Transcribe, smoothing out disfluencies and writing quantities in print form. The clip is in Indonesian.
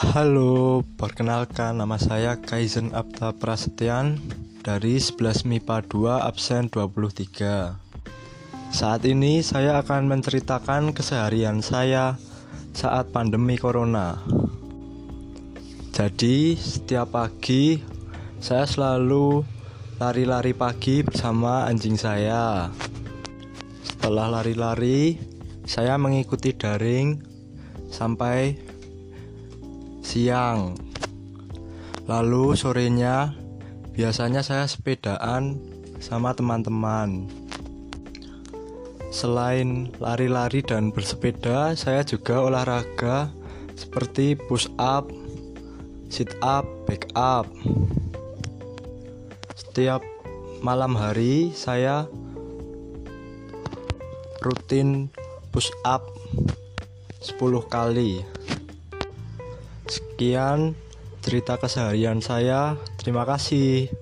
Halo, perkenalkan nama saya Kaizen Abta Prasetyan dari 11 MIPA 2 absen 23. Saat ini saya akan menceritakan keseharian saya saat pandemi corona. Jadi, setiap pagi saya selalu lari-lari pagi bersama anjing saya. Setelah lari-lari, saya mengikuti daring sampai siang. Lalu sorenya biasanya saya sepedaan sama teman-teman. Selain lari-lari dan bersepeda, saya juga olahraga seperti push up, sit up, back up. Setiap malam hari saya rutin push up 10 kali. Sekian cerita keseharian saya. Terima kasih.